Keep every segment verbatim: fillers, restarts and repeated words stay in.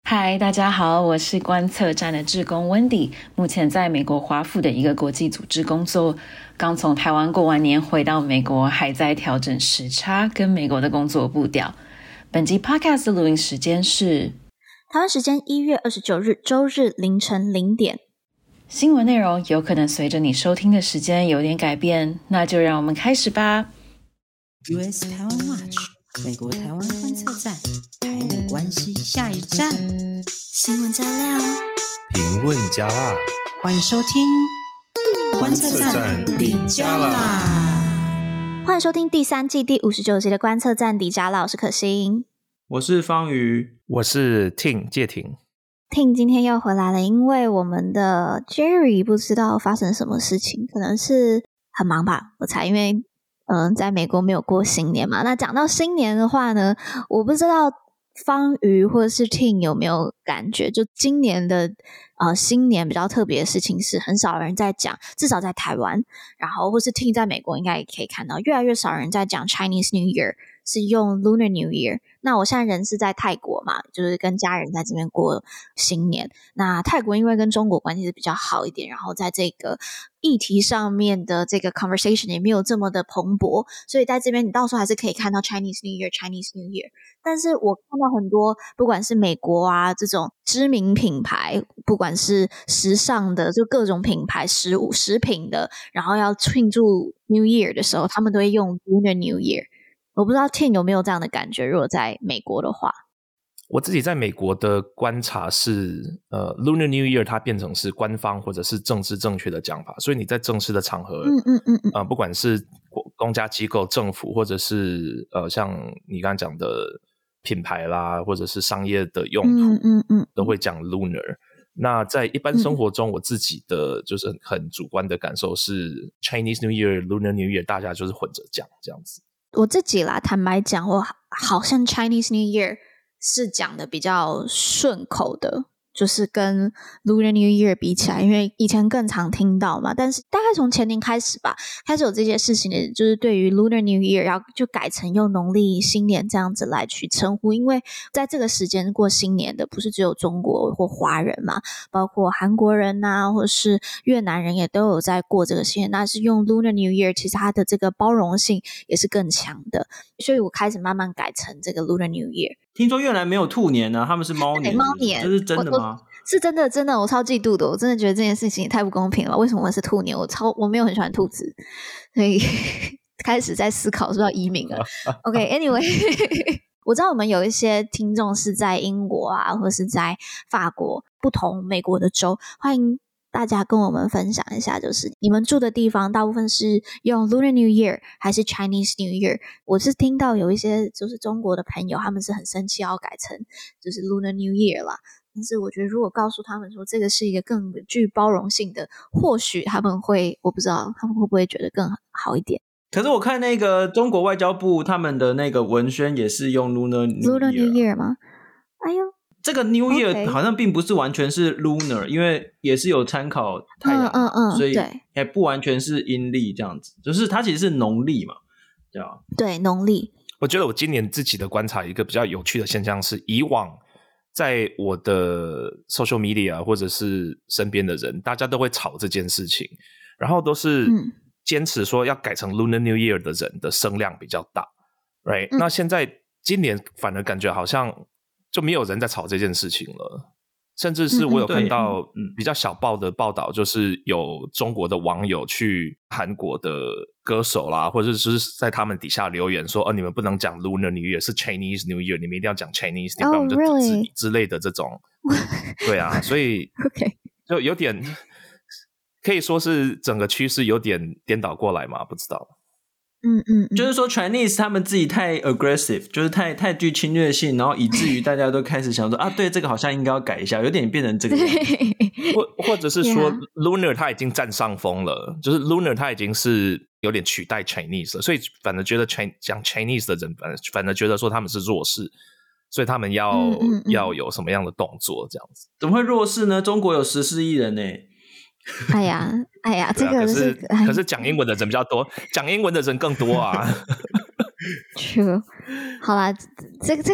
嗨，大家好，我是观测站的志工 Wendy， 目前在美国华府的一个国际组织工作，刚从台湾过完年回到美国，还在调整时差跟美国的工作步调。本集 Podcast 的录音时间是台湾时间一月二十九日周日凌晨零点。 新闻内容有可能随着你收听的时间有点改变，那就让我们开始吧。 U S 台湾 Watch 美国台湾观测站，台美关系下一站， 新闻加料， 评论加辣， 欢迎收听观测站底加啦。 欢迎收听第三季第五十九集的观测站底加啦，我是可心， 我是方瑜， 我是 Ting 介廷。 Ting 今天又回来了，因为我们的 Jerry 不知道发生什么事情，可能是很忙吧，我猜，因为嗯，在美国没有过新年嘛。那讲到新年的话呢，我不知道方瑜或者是 Ting 有没有感觉，就今年的呃新年比较特别的事情是很少人在讲，至少在台湾，然后或是 Ting 在美国应该也可以看到，越来越少人在讲 Chinese New Year， 是用 Lunar New Year。那我现在人是在泰国嘛，就是跟家人在这边过新年。那泰国因为跟中国关系是比较好一点，然后在这个议题上面的这个 conversation 也没有这么的蓬勃，所以在这边你到时候还是可以看到 Chinese New Year Chinese New Year。 但是我看到很多不管是美国啊这种知名品牌，不管是时尚的就各种品牌，食物食品的，然后要庆祝 New Year 的时候，他们都会用 Lunar New Year。我不知道 Tim 有没有这样的感觉，如果在美国的话。 我自己在美国的观察是呃 Lunar New Year 它变成是官方或者是政治正确的讲法，所以你在正式的场合嗯嗯嗯嗯、呃、不管是公家机构政府或者是呃像你刚才讲的品牌啦或者是商业的用途嗯嗯嗯都会讲 Lunar。那在一般生活中我自己的就是很主观的感受是 Chinese New Year Lunar New Year 大家就是混着讲这样子。 我自己啦，坦白讲，我好像 Chinese New Year 是讲的比较顺口的，就是跟 Lunar New Year 比起来，因为以前更常听到嘛，但是大概从前年开始吧，开始有这些事情的，就是对于 Lunar New Year 要就改成用农历新年这样子来去称呼，因为在这个时间过新年的不是只有中国或华人嘛，包括韩国人啊或者是越南人也都有在过这个新年，那是用 Lunar New Year， 其实它的这个包容性也是更强的，所以我开始慢慢改成这个 Lunar New Year。 听说越南没有兔年啊，他们是猫年， 猫年， 这是真的吗？ 是真的，真的，我超嫉妒的，我真的觉得这件事情也太不公平了。为什么我是兔年？我超我没有很喜欢兔子，所以开始在思考是不是要移民了。OK，Anyway，、okay, 我知道我们有一些听众是在英国啊，或是在法国不同美国的州，欢迎大家跟我们分享一下，就是你们住的地方大部分是用 Lunar New Year 还是 Chinese New Year。 我是听到有一些就是中国的朋友他们是很生气要改成就是 Lunar New Year 啦，但是我觉得如果告诉他们说这个是一个更具包容性的，或许他们会，我不知道他们会不会觉得更好一点。 可是我看那个中国外交部他们的那个文宣也是用 Lunar New Year、啊、 Lunar New Year 吗？哎呦， 这个 New Year、okay. 好像并不是完全是 Lunar， 因为也是有参考太阳、嗯嗯嗯、所以也不完全是阴历这样子，就是它其实是农历嘛，对吧？ 对，农历。 我觉得我今年自己的观察一个比较有趣的现象是，以往在我的 social media 或者是身边的人大家都会吵这件事情，然后都是坚持说要改成 Lunar New Year 的人的声量比较大 right、嗯、那现在今年反而感觉好像就没有人在吵这件事情了，甚至是我有看到比较小报的报道，就是有中国的网友去韩国的歌手啦，或者是在他们底下留言说，哦，你们不能讲 Lunar New Year， 是 Chinese New Year， 你们一定要讲 Chinese， 不然我们就阻止你之类的这种。对啊，所以就有点可以说是整个趋势有点颠倒过来嘛，不知道。 嗯嗯, 嗯， 就是说 Chinese 他们自己太 aggressive， 就是太太具侵略性，然后以至于大家都开始想说啊，对，这个好像应该要改一下，有点变成这个样子。 或或者是说 Lunar 它已经占上风了，就是 Lunar 它已经是有点取代 Chinese 了，所以反而觉得 Chinese 讲 Chinese 的人反而反而觉得说他们是弱势，所以他们要、嗯嗯嗯、要有什么样的动作这样子。 怎么会弱势呢？中国有十四亿人呢、欸。 哎呀，哎呀，这个是、啊、可是讲英文的人比较多，讲英文的人更多啊。 True， 好啦，这个这个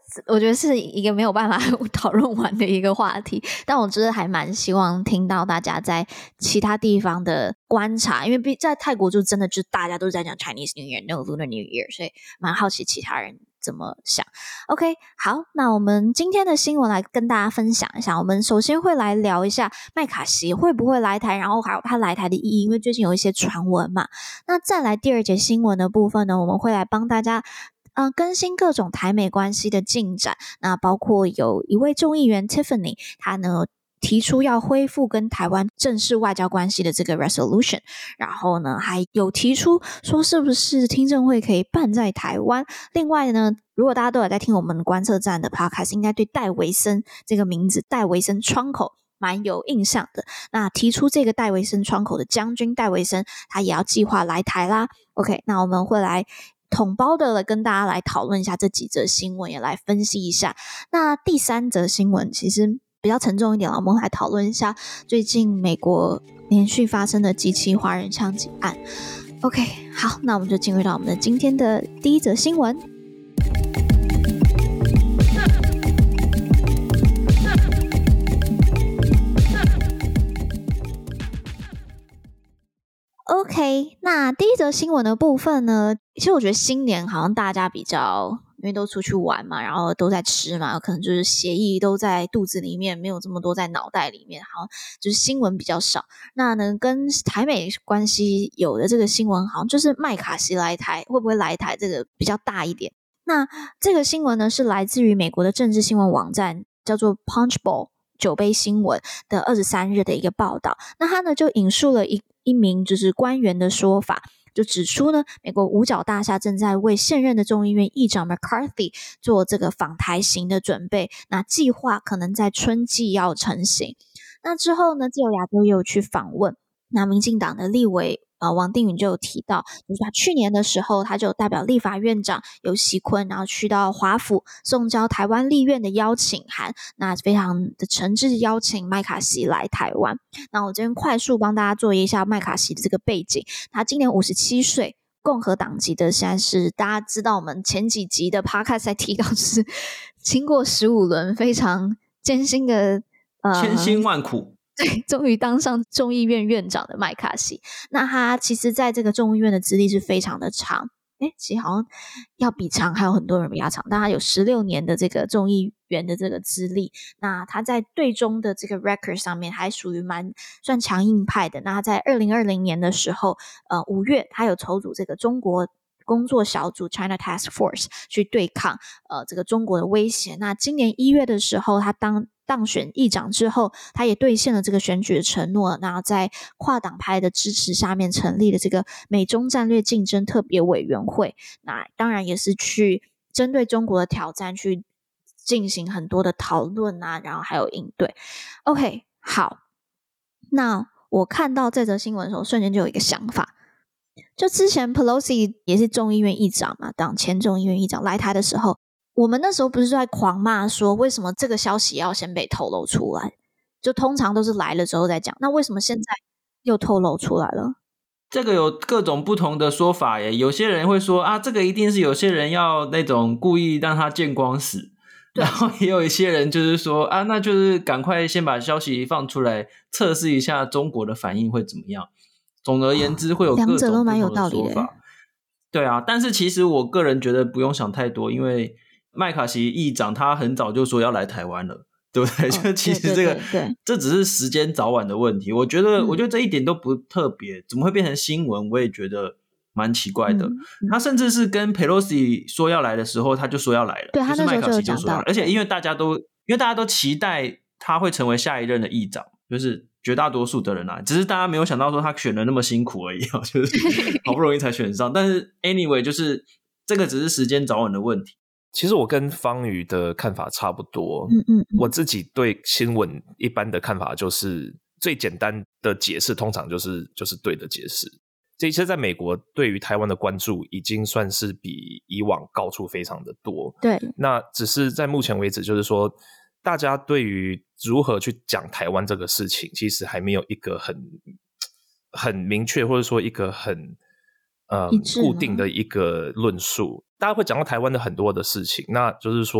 我觉得是一个没有办法讨论完的一个话题，但我真的还蛮希望听到大家在其他地方的观察，因为在泰国就真的就大家都在讲 Chinese New Year No Lunar New Year， 所以蛮好奇其他人怎么想。 OK， 好，那我们今天的新闻来跟大家分享一下。我们首先会来聊一下麦卡锡会不会来台，然后还有他来台的意义，因为最近有一些传闻嘛。那再来第二节新闻的部分呢，我们会来帮大家呃，更新各种台美关系的进展，那包括有一位众议员 Tiffany， 他呢提出要恢复跟台湾正式外交关系的这个 resolution， 然后呢还有提出说是不是听证会可以办在台湾。另外呢，如果大家都有在听我们观测站的 podcast， 应该对戴维森这个名字，戴维森窗口蛮有印象的。那提出这个戴维森窗口的将军戴维森，他也要计划来台啦。 OK， 那我们会来统包的跟大家来讨论一下这几则新闻，也来分析一下。那第三则新闻其实比较沉重一点了，我们来讨论一下最近美国连续发生的几起华人枪击案。 OK， 好，那我们就进入到我们的今天的第一则新闻。OK， 那第一则新闻的部分呢，其实我觉得新年好像大家比较，因为都出去玩嘛，然后都在吃嘛，可能就是血液都在肚子里面，没有这么多在脑袋里面，好像就是新闻比较少。那呢，跟台美关系有的这个新闻，好像就是麦卡锡来台，会不会来台这个比较大一点。那这个新闻呢，是来自于美国的政治新闻网站，叫做 Punchbowl 酒杯新闻的二十三日的一个报道。那他呢就引述了一一名就是官员的说法，就指出呢，美国五角大厦正在为现任的众议院议长 McCarthy 做这个访台行的准备，那计划可能在春季要成型。那之后呢，自由亚洲也有去访问，那民进党的立委呃，王定宇就有提到，就是他去年的时候，他就有代表立法院长游锡堃，然后去到华府送交台湾立院的邀请函，那非常的诚挚邀请麦卡锡来台湾。那我这边快速帮大家做一下麦卡锡的这个背景，他今年五十七岁，共和党籍的，现在是大家知道我们前几集的 podcast 才提到，是经过十五轮非常艰辛的呃千辛万苦。 对，终于当上众议院院长的麦卡锡，那他其实在这个众议院的资历是非常的长，诶其实好像要比长还有很多人比他长，但他有十六年的这个众议员的这个资历。那他在对中的这个 record 上面还属于蛮算强硬派的。那他在二零二零年的时候，呃五月他有筹组这个中国工作小组 China Task Force 去对抗呃这个中国的威胁。那今年一月的时候，他当当选议长之后，他也兑现了这个选举的承诺，那在跨党派的支持下面成立了这个美中战略竞争特别委员会，那当然也是去针对中国的挑战去进行很多的讨论啊，然后还有应对。 OK， 好，那我看到这则新闻的时候瞬间就有一个想法，就之前 Pelosi 也是众议院议长嘛，当前众议院议长来台的时候，我们那时候不是在狂骂说为什么这个消息要先被透露出来，就通常都是来了之后再讲，那为什么现在又透露出来了？ 这个有各种不同的说法耶，有些人会说啊，这个一定是有些人要那种故意让他见光死，然后也有一些人就是说啊，那就是赶快先把消息放出来测试一下中国的反应会怎么样。总而言之会有各种不同的说法。对啊，但是其实我个人觉得不用想太多，因为麦卡锡议长他很早就说要来台湾了，对不对？哦、就其实这个对对对对这只是时间早晚的问题。我觉得、嗯、我觉得这一点都不特别，怎么会变成新闻？我也觉得蛮奇怪的。嗯嗯、他甚至是跟 Pelosi 说要来的时候，他就说要来了， 对， 就是麦卡锡就说要来， 而且因为大家都因为大家都期待他会成为下一任的议长，就是绝大多数的人啊，只是大家没有想到说他选的那么辛苦而已、哦、就是好不容易才选上。但是 anyway 就是这个只是时间早晚的问题。 其实我跟方宇的看法差不多， 嗯嗯嗯， 我自己对新闻一般的看法就是最简单的解释通常就是就是对的解释。这一切在美国对于台湾的关注已经算是比以往高出非常的多， 对， 那只是在目前为止就是说大家对于如何去讲台湾这个事情其实还没有一个很很明确或者说一个很呃固定的一个论述。大家会讲到台湾的很多的事情，那就是说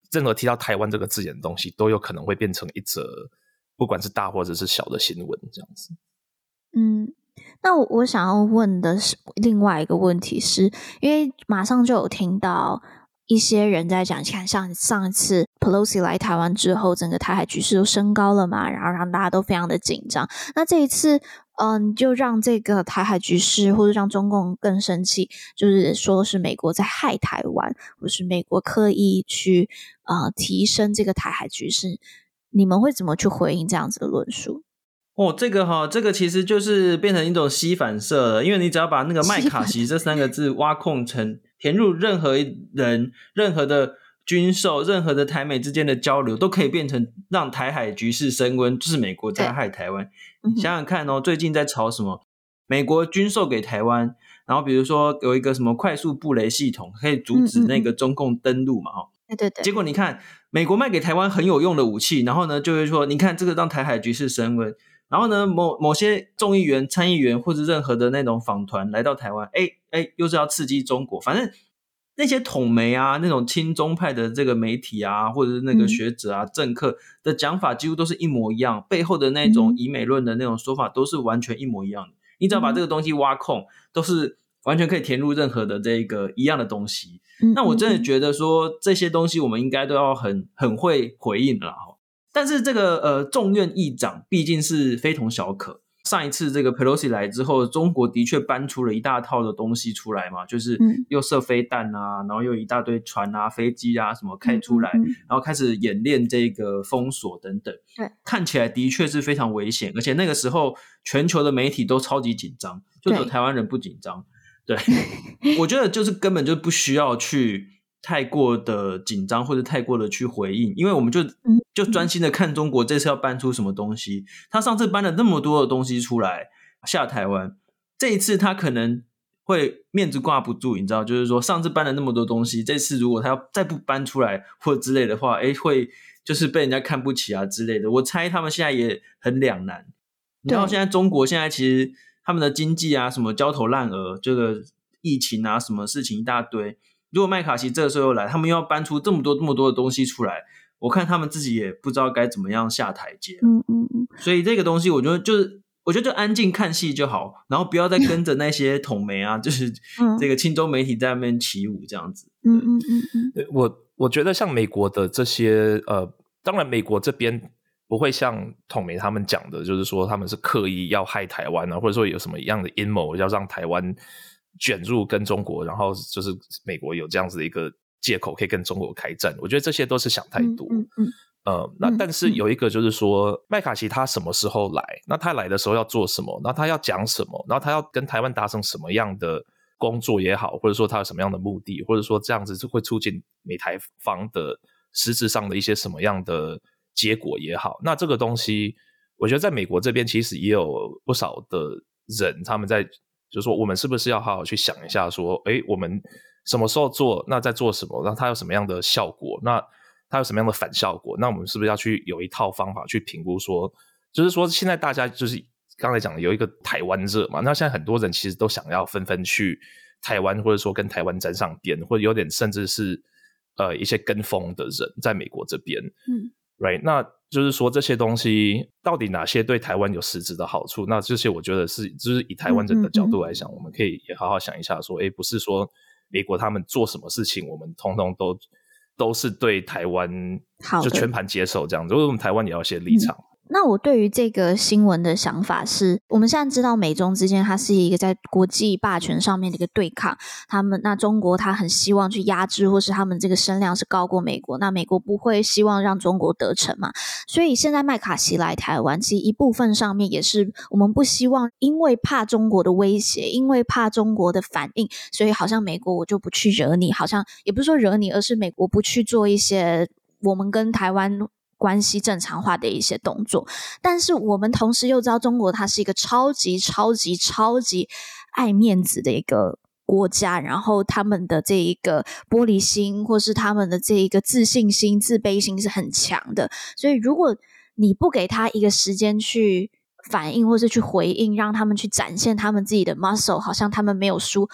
任何提到台湾这个字眼的东西都有可能会变成一则不管是大或者是小的新闻这样子。 嗯，那我我想要问的是另外一个问题是，因为马上就有听到一些人在讲，看像上一次 Pelosi 来台湾之后，整个台海局势都升高了嘛，然后让大家都非常的紧张。那这一次嗯，就让这个台海局势或者让中共更生气，就是说是美国在害台湾，或是美国刻意去呃提升这个台海局势，你们会怎么去回应这样子的论述？ 哦，这个哈，这个其实就是变成一种吸反射了，因为你只要把那个麦卡锡这三个字挖空成填入任何人、任何的军售、任何的台美之间的交流，都可以变成让台海局势升温，就是美国在害台湾。你想想看哦，最近在吵什么？美国军售给台湾，然后比如说有一个什么快速布雷系统，可以阻止那个中共登陆嘛？哈、 嗯嗯，对对对。 结果你看，美国卖给台湾很有用的武器，然后呢，就会说，你看这个让台海局势升温。然后呢，某某些众议员、参议员或者任何的那种访团来到台湾，哎哎，又是要刺激中国。反正那些统媒啊，那种亲中派的这个媒体啊，或者是那个学者啊、嗯、政客的讲法几乎都是一模一样，背后的那种以美论的那种说法都是完全一模一样的。你只要把这个东西挖空，都是完全可以填入任何的这个一样的东西。 嗯、 那我真的觉得说这些东西我们应该都要很很会回应了。但是这个呃众院议长毕竟是非同小可，上一次这个 Pelosi 来之后，中国的确搬出了一大套的东西出来嘛，就是又射飞弹啊，然后又一大堆船啊、飞机啊什么开出来，然后开始演练这个封锁等等， 对， 看起来的确是非常危险，而且那个时候全球的媒体都超级紧张，就只有台湾人不紧张。对，我觉得就是根本就不需要去太过的紧张或者太过的去回应，因为我们就就专心的看中国这次要搬出什么东西。他上次搬了那么多的东西出来下台湾，这一次他可能会面子挂不住，你知道，就是说上次搬了那么多东西，这次如果他要再不搬出来或之类的话，诶会就是被人家看不起啊之类的。我猜他们现在也很两难。你知道现在中国现在其实他们的经济啊什么焦头烂额，这个疫情啊什么事情一大堆，如果麦卡锡这个时候又来，他们又要搬出这么多这么多的东西出来，我看他们自己也不知道该怎么样下台阶。 嗯嗯嗯。 所以这个东西我觉得就是我觉得就安静看戏就好，然后不要再跟着那些统媒啊就是这个亲中媒体在那边起舞这样子。 嗯嗯嗯嗯。 我我觉得像美国的这些呃当然美国这边不会像统媒他们讲的，就是说他们是刻意要害台湾啊，或者说有什么样的阴谋要让台湾卷入跟中国，然后就是美国有这样子的一个借口可以跟中国开战，我觉得这些都是想太多。 嗯嗯嗯呃，那但是有一个就是说、嗯、麦卡锡他什么时候来，那他来的时候要做什么，那他要讲什么，然后他要跟台湾达成什么样的工作也好，或者说他有什么样的目的，或者说这样子是会促进美台方的实质上的一些什么样的结果也好，那这个东西我觉得在美国这边其实也有不少的人他们在就是说我们是不是要好好去想一下说诶我们什么时候做，那在做什么，那它有什么样的效果，那它有什么样的反效果，那我们是不是要去有一套方法去评估说，就是说现在大家就是刚才讲的有一个台湾热嘛，那现在很多人其实都想要纷纷去台湾，或者说跟台湾沾上边，或者有点甚至是呃一些跟风的人在美国这边。 嗯 Right， 那就是说这些东西到底哪些对台湾有实质的好处，那这些我觉得是就是以台湾人的角度来讲、嗯嗯嗯、我们可以也好好想一下说诶不是说美国他们做什么事情我们通通都都是对台湾就全盘接受这样子，因为我们台湾也要一些立场、嗯那我对于这个新闻的想法是，我们现在知道美中之间它是一个在国际霸权上面的一个对抗，他们那中国他很希望去压制，或是他们这个声量是高过美国，那美国不会希望让中国得逞嘛，所以现在麦卡锡来台湾其实一部分上面也是我们不希望因为怕中国的威胁，因为怕中国的反应，所以好像美国我就不去惹你，好像也不是说惹你，而是美国不去做一些我们跟台湾关系正常化的一些动作，但是我们同时又知道中国它是一个超级超级超级爱面子的一个国家，然后他们的这一个玻璃心或是他们的这一个自信心自卑心是很强的，所以如果你不给他一个时间去反应或是去回应，让他们去展现他们自己的 muscle， 好像他们没有输，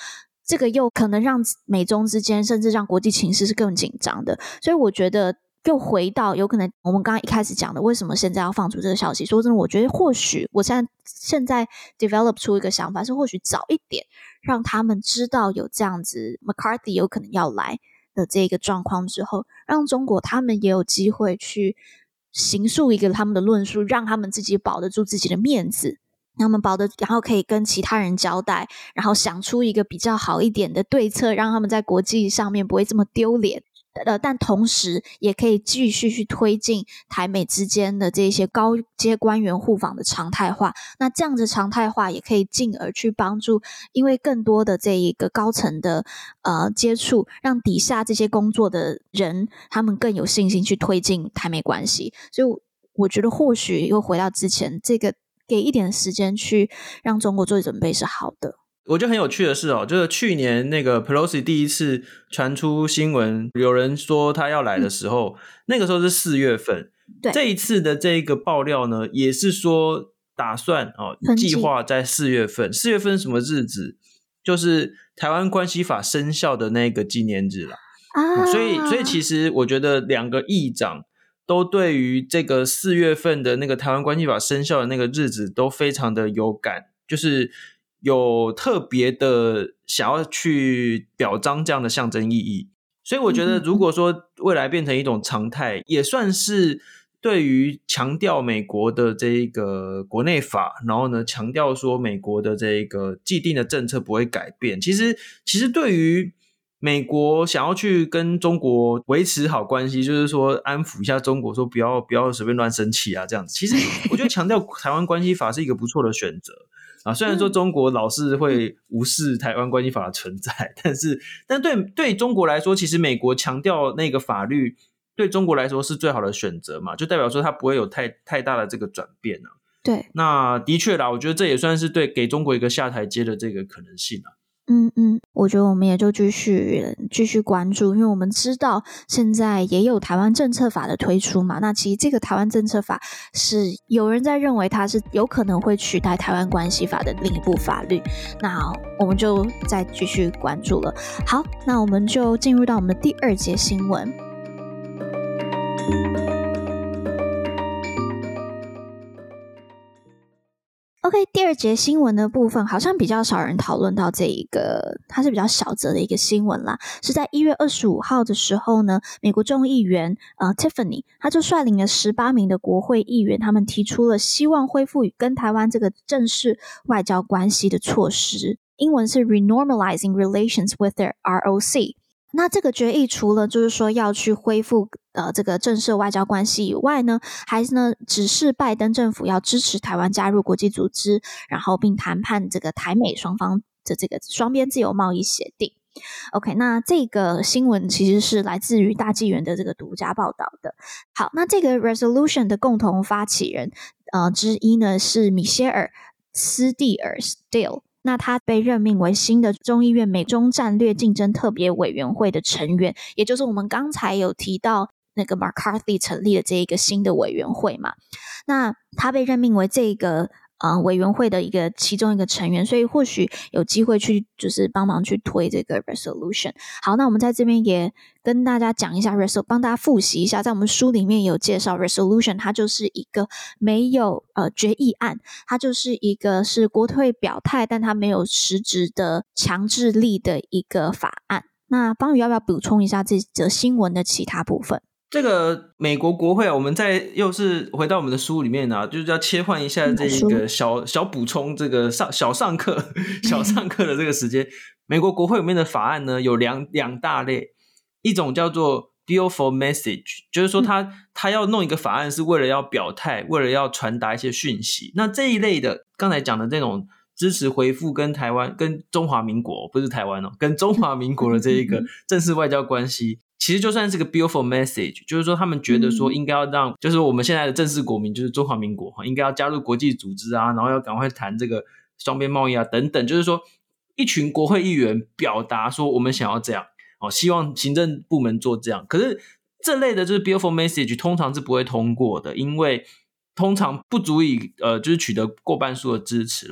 这个又可能让美中之间甚至让国际情势是更紧张的。所以我觉得又回到有可能我们刚刚一开始讲的为什么现在要放出这个消息，说真的我觉得或许我现在现在 develop 出一个想法是或许早一点让他们知道有这样子 McCarthy 有可能要来的这个状况之后，让中国他们也有机会去形塑一个他们的论述，让他们自己保得住自己的面子，让他们保得，然后可以跟其他人交代，然后想出一个比较好一点的对策，让他们在国际上面不会这么丢脸。呃，但同时也可以继续去推进台美之间的这些高阶官员互访的常态化。那这样子常态化也可以进而去帮助，因为更多的这一个高层的呃接触，让底下这些工作的人他们更有信心去推进台美关系。所以我我觉得或许又回到之前，这个给一点时间去让中国做准备是好的。 我觉得很有趣的是哦，就是去年那个 Pelosi 第一次传出新闻，有人说他要来的时候，嗯、那个时候是四月份。对，这一次的这个爆料呢，也是说打算哦，计划在四月份。四月份是什么日子？就是台湾关系法生效的那个纪念日啦。啊、嗯，所以所以其实我觉得两个议长都对于这个四月份的那个台湾关系法生效的那个日子都非常的有感，就是有特别的想要去表彰这样的象征意义。所以我觉得如果说未来变成一种常态，也算是对于强调美国的这个国内法，然后呢强调说美国的这个既定的政策不会改变，其实其实对于美国想要去跟中国维持好关系，就是说安抚一下中国，说不要不要随便乱生气啊这样子，其实我觉得强调台湾关系法是一个不错的选择啊，虽然说中国老是会无视台湾关系法的存在，但是但对对中国来说，其实美国强调那个法律对中国来说是最好的选择嘛，就代表说它不会有太太大的这个转变啊。 对， 那的确啦，我觉得这也算是对给中国一个下台阶的这个可能性啊。 嗯嗯，我觉得我们也就继续继续关注，因为我们知道现在也有台湾政策法的推出嘛。那其实这个台湾政策法是有人在认为它是有可能会取代台湾关系法的另一部法律，那我们就再继续关注了。好，那我们就进入到我们的第二节新闻。OK， 第二节新闻的部分好像比较少人讨论到这一个，它是比较小则的一个新闻啦。是在一月二十五号的时候呢，美国众议员呃 Tiffany， 他就率领了十八名的国会议员，他们提出了希望恢复与跟台湾这个正式外交关系的措施，英文是 Renormalizing Relations with the R O C。那这个决议除了就是说要去恢复呃这个正式外交关系以外呢，还是呢指示拜登政府要支持台湾加入国际组织，然后并谈判这个台美双方的这个双边自由贸易协定。OK， 那这个新闻其实是来自于大纪元的这个独家报道的。好，那这个 resolution 的共同发起人呃之一呢是米歇尔斯蒂尔 Steele。那他被任命为新的众议院美中战略竞争特别委员会的成员，也就是我们刚才有提到那个 McCarthy 成立的这一个新的委员会嘛。那他被任命为这个呃委员会的一个其中一个成员，所以或许有机会去就是帮忙去推这个 resolution。好，那我们在这边也跟大家讲一下 resolution， 帮大家复习一下，在我们书里面有介绍 resolution， 它就是一个没有呃决议案，它就是一个是国会表态，但它没有实质的强制力的一个法案。那邦宇要不要补充一下这则新闻的其他部分？ 这个美国国会，我们再又是回到我们的书里面啊，就是要切换一下这个小小补充，这个上小上课小上课的这个时间。美国国会里面的法案呢，有两两大类，一种叫做 Bill for Message， 就是说他他要弄一个法案是为了要表态，为了要传达一些讯息。那这一类的，刚才讲的这种支持恢复跟台湾跟中华民国，不是台湾哦，跟中华民国的这一个正式外交关系。其实就算是个 Bill for Message， 就是说他们觉得说应该要让，就是我们现在的正式国民就是中华民国应该要加入国际组织啊，然后要赶快谈这个双边贸易啊等等，就是说一群国会议员表达说我们想要这样，希望行政部门做这样。可是这类的就是 Bill for Message 通常是不会通过的，因为通常不足以呃就是取得过半数的支持啦。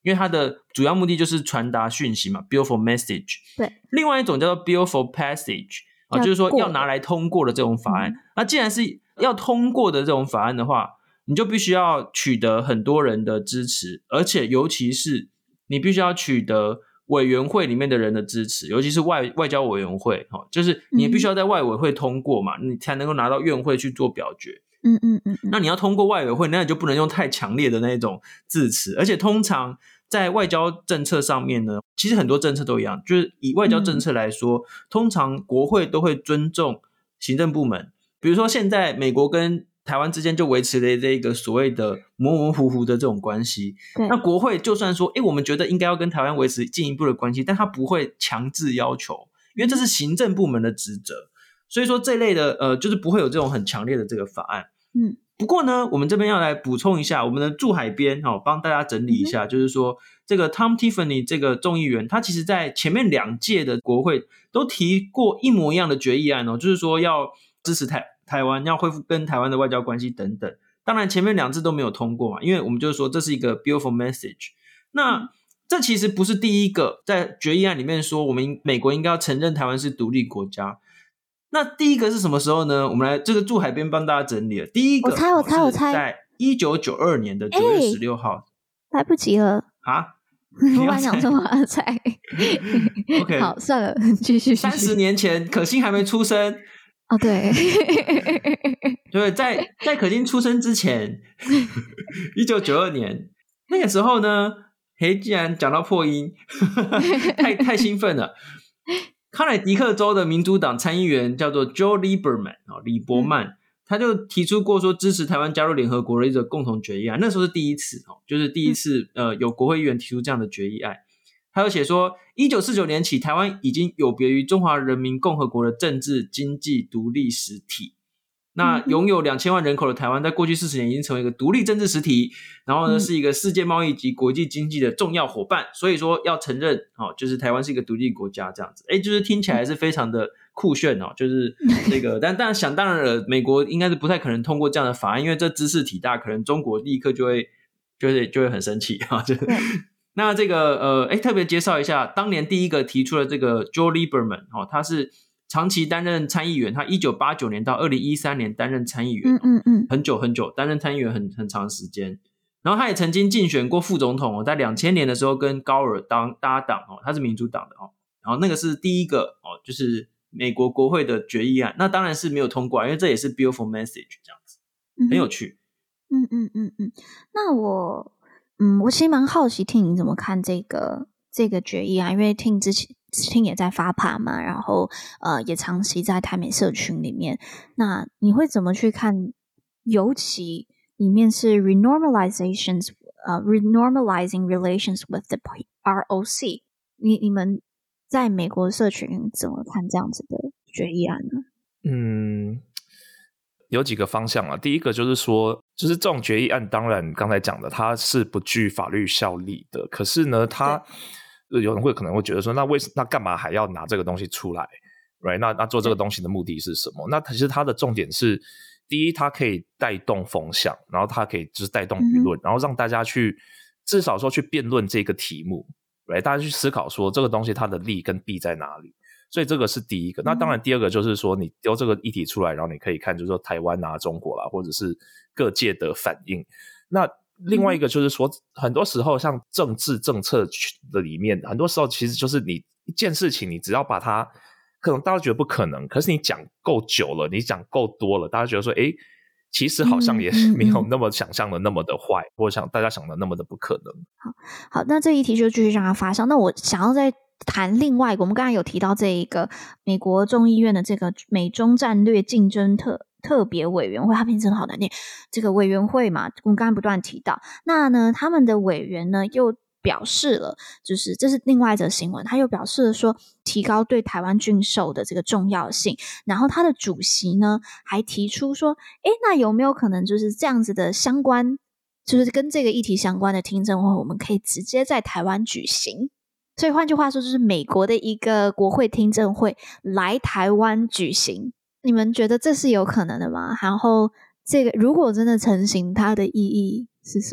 因为它的主要目的就是传达讯息嘛 ，bill for message。 对， 另外一种叫做 bill for passage， 啊，就是说要拿来通过的这种法案。嗯、那既然是要通过的这种法案的话，你就必须要取得很多人的支持，而且尤其是你必须要取得委员会里面的人的支持，尤其是外外交委员会，哦，就是你必须要在外委会通过嘛，嗯、你才能够拿到院会去做表决。 嗯嗯嗯， 那你要通过外委会，那你就不能用太强烈的那种字词，而且通常在外交政策上面呢，其实很多政策都一样，就是以外交政策来说，嗯、通常国会都会尊重行政部门。比如说现在美国跟台湾之间就维持了这个所谓的模模糊糊的这种关系，那国会就算说，诶，我们觉得应该要跟台湾维持进一步的关系，但他不会强制要求，因为这是行政部门的职责，所以说这类的呃，就是不会有这种很强烈的这个法案。嗯，不过呢，我们这边要来补充一下，我们的驻海边哦，帮大家整理一下，嗯、就是说这个 Tom Tiffany 这个众议员，他其实在前面两届的国会都提过一模一样的决议案哦，就是说要支持台台湾，要恢复跟台湾的外交关系等等。当然前面两次都没有通过嘛，因为我们就是说这是一个 bill for message。那这其实不是第一个在决议案里面说我们美国应该要承认台湾是独立国家。那第一个是什么时候呢？我们来这个驻海边帮大家整理了。第一个， 我猜我猜我猜， 在一九九二年的九月十六号， 来不及了啊！ 我本来想说我要猜，OK， 好，算了，继续。 三十年前，可欣还没出生。 哦，对， 对，在在可欣出生之前，一九九二年那个时候呢，嘿，既然讲到破音，太太兴奋了。康乃狄克州的民主党参议员叫做 Joe Lieberman 李伯曼、嗯、他就提出过说支持台湾加入联合国的一个共同决议案，那时候是第一次，就是第一次、嗯、呃有国会议员提出这样的决议案。他有写说一九四九年起台湾已经有别于中华人民共和国的政治经济独立实体，那拥有两千万人口的台湾在过去四十年已经成为一个独立政治实体，然后呢是一个世界贸易及国际经济的重要伙伴，所以说要承认、哦、就是台湾是一个独立国家这样子。诶，就是听起来是非常的酷炫哦，就是这个但但想当然了，美国应该是不太可能通过这样的法案，因为这知识体大，可能中国立刻就会就会就会很生气啊、哦、就那这个呃诶特别介绍一下，当年第一个提出了这个 Joe Lieberman、哦、他是长期担任参议员，他一九八九年到二零一三年担任参议员，嗯嗯嗯，很久很久，担任参议员很很长时间。然后他也曾经竞选过副总统、哦、在两千年的时候跟高尔当搭档、哦、他是民主党的、哦、然后那个是第一个、哦、就是美国国会的决议案，那当然是没有通过，因为这也是 bill for message 这样子，很有趣。 嗯嗯嗯嗯，那我嗯我其实蛮好奇听你怎么看这个这个决议案，因为听之前听也在发帕嘛，然后呃也长期在台美社群里面，那你会怎么去看？尤其里面是 renormalizations 呃、uh, renormalizing relations with the R O C， 你你们在美国社群怎么看这样子的决议案呢？ 嗯，有几个方向啊。第一个就是说，就是这种决议案，当然刚才讲的，它是不具法律效力的。可是呢，它有人会可能会觉得说，那为什那干嘛还要拿这个东西出来 ？Right？ 那那做这个东西的目的是什么？那其实它的重点是，第一，它可以带动风向，然后它可以就是带动舆论、嗯，然后让大家去至少说去辩论这个题目 ，Right？ 大家去思考说这个东西它的利跟弊在哪里。所以这个是第一个。那当然第二个就是说，你丢这个议题出来，然后你可以看就是说台湾啊、中国啦，或者是各界的反应。那另外一个就是说，很多时候像政治政策的里面，很多时候其实就是你一件事情，你只要把它，可能大家觉得不可能，可是你讲够久了，你讲够多了，大家觉得说，诶，其实好像也没有那么想象的那么的坏，嗯嗯嗯，或者想大家想的那么的不可能。 好，好，那这一题就继续让它发酵。那我想要再谈另外一个，我们刚才有提到这一个美国众议院的这个美中战略竞争特特别委员会，它名字很好难念，这个委员会嘛，我们刚才不断提到，那呢他们的委员呢又表示了，就是这是另外一则新闻，他又表示了说提高对台湾军售的这个重要性，然后他的主席呢还提出说，诶，那有没有可能就是这样子的相关，就是跟这个议题相关的听证会，我们可以直接在台湾举行。所以换句话说，就是美国的一个国会听证会来台湾举行，你们觉得这是有可能的吗？然后这个如果真的成型，它的意义是什么？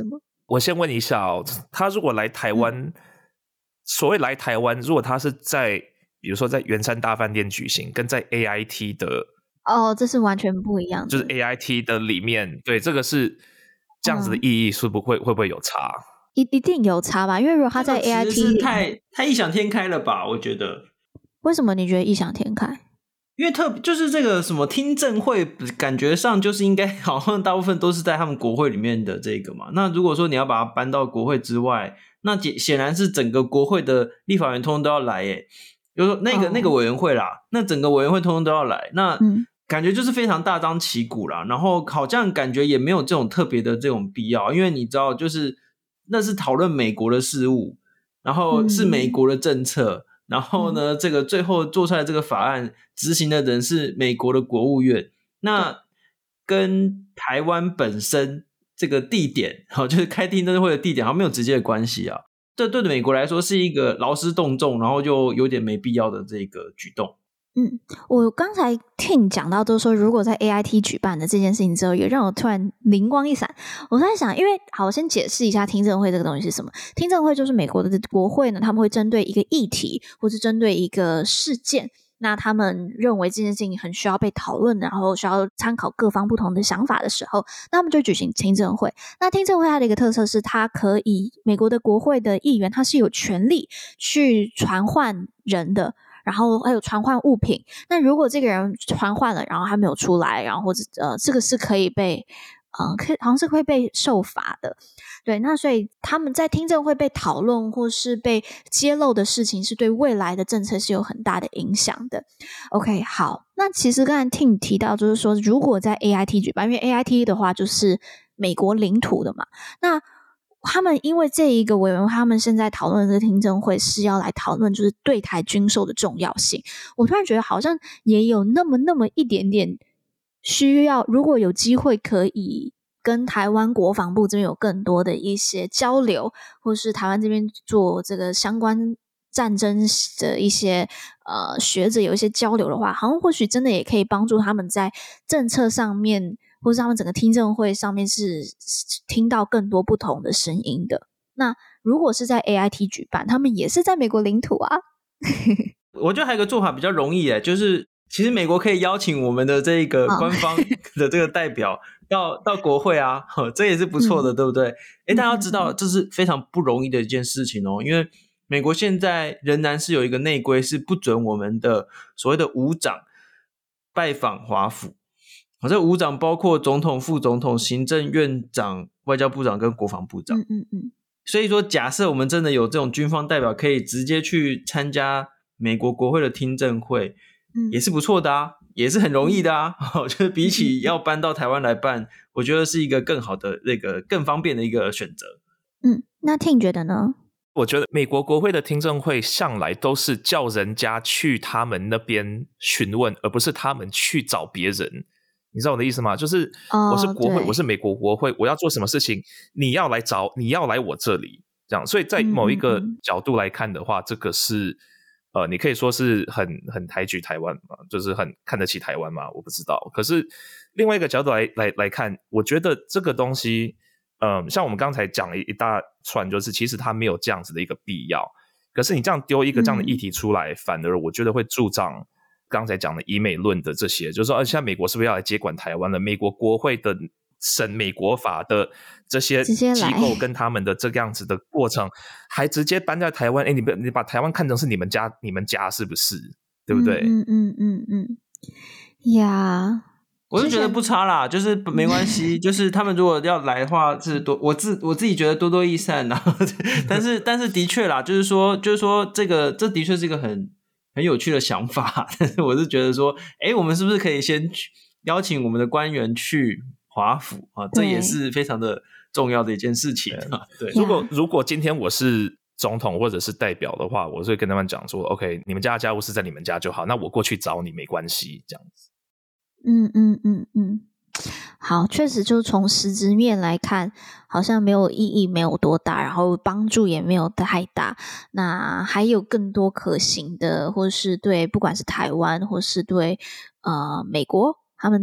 我先问一下哦，他如果来台湾、嗯，所谓来台湾，如果他是在比如说在圆山大饭店举行，跟在 A I T 的哦，这是完全不一样的， 就是 A I T 的里面，对，这个是这样子的意义，是不会、嗯、会不会有差？ 一一定有差吧，因为如果他在 A I T 其实是太太异想天开了吧，我觉得。 为什么你觉得异想天开？ 因为特就是这个什么听证会，感觉上就是应该好像大部分都是在他们国会里面的这个嘛。那如果说你要把它搬到国会之外，那显然是整个国会的立法员通通都要来耶。就是说那个、哦、那个委员会啦，那整个委员会通通都要来，那感觉就是非常大张旗鼓啦。然后好像感觉也没有这种特别的这种必要，因为你知道，就是那是讨论美国的事务，然后是美国的政策。嗯，然后呢，这个最后做出来这个法案执行的人是美国的国务院，那跟台湾本身这个地点，就是开听证会的地点好像没有直接的关系啊。这对美国来说是一个劳师动众，然后就有点没必要的这个举动。 嗯，我刚才听讲到都说，如果在 A I T 举办的这件事情之后，也让我突然灵光一闪。我在想，因为好，我先解释一下听证会这个东西是什么。听证会就是美国的国会呢，他们会针对一个议题，或是针对一个事件，那他们认为这件事情很需要被讨论，然后需要参考各方不同的想法的时候，那他们就举行听证会。那听证会它的一个特色是，它可以美国的国会的议员他是有权利去传唤人的。然后还有传唤物品，那如果这个人传唤了，然后他没有出来，然后或者呃，这个是可以被呃，可以好像是会被受罚的，对。那所以他们在听证会被讨论或是被揭露的事情，是对未来的政策是有很大的影响的。OK， 好，那其实刚才 Tim 提到就是说，如果在 A I T 举办，因为 A I T 的话就是美国领土的嘛，那他们因为这一个委员会，他们现在讨论的这个听证会是要来讨论就是对台军售的重要性。我突然觉得好像也有那么那么一点点需要，如果有机会可以跟台湾国防部这边有更多的一些交流，或是台湾这边做这个相关战争的一些呃学者有一些交流的话，好像或许真的也可以帮助他们在政策上面，或是他们整个听证会上面是听到更多不同的声音的。那如果是在 A I T 举办，他们也是在美国领土啊。 我觉得还有一个做法比较容易耶，就是其实美国可以邀请我们的这个官方的这个代表到、哦、到国会啊，这也是不错的、嗯、对不对？诶，大家要知道这是非常不容易的一件事情哦，因为美国现在仍然是有一个内规，是不准我们的所谓的武长拜访华府。这武长包括总统、副总统、行政院长、外交部长跟国防部长。嗯嗯嗯。所以说，假设我们真的有这种军方代表可以直接去参加美国国会的听证会，嗯、也是不错的啊，也是很容易的啊。嗯、就是比起要搬到台湾来办，我觉得是一个更好的、那个更方便的一个选择。 嗯，那 Tim 觉得呢？ 我觉得美国国会的听证会向来都是叫人家去他们那边询问，而不是他们去找别人。你知道我的意思吗？就是我是国会、哦、我是美国国会，我要做什么事情，你要来找，你要来我这里，这样。所以在某一个角度来看的话，嗯、这个是呃，你可以说是很很抬举台湾嘛，就是很看得起台湾嘛，我不知道。可是另外一个角度来来来看，我觉得这个东西，嗯、呃，像我们刚才讲了一大串，就是其实它没有这样子的一个必要。可是你这样丢一个这样的议题出来，嗯、反而我觉得会助长刚才讲的以美论的这些，就是说，啊，现在美国是不是要来接管台湾了？美国国会的审美国法的这些机构跟他们的这个样子的过程，还直接搬在台湾，哎，你你把台湾看成是你们家，你们家是不是？对不对？ 嗯嗯嗯嗯呀， 我是觉得不差啦，就是没关系，就是他们如果要来的话，是多我自我自己觉得多多益善啦。但是但是的确啦，就是说就是说这个这的确是一个很。很有趣的想法，但是我是觉得说，诶，我们是不是可以先邀请我们的官员去华府啊？这也是非常的重要的一件事情啊。对， 如果如果今天我是总统或者是代表的话，我会跟他们讲说 ，OK， 你们家的家务事在你们家就好，那我过去找你没关系，这样子。 嗯嗯嗯嗯。好，确实就从实质面来看，好像没有意义没有多大，然后帮助也没有太大。那还有更多可行的，或是对不管是台湾或是对呃美国他们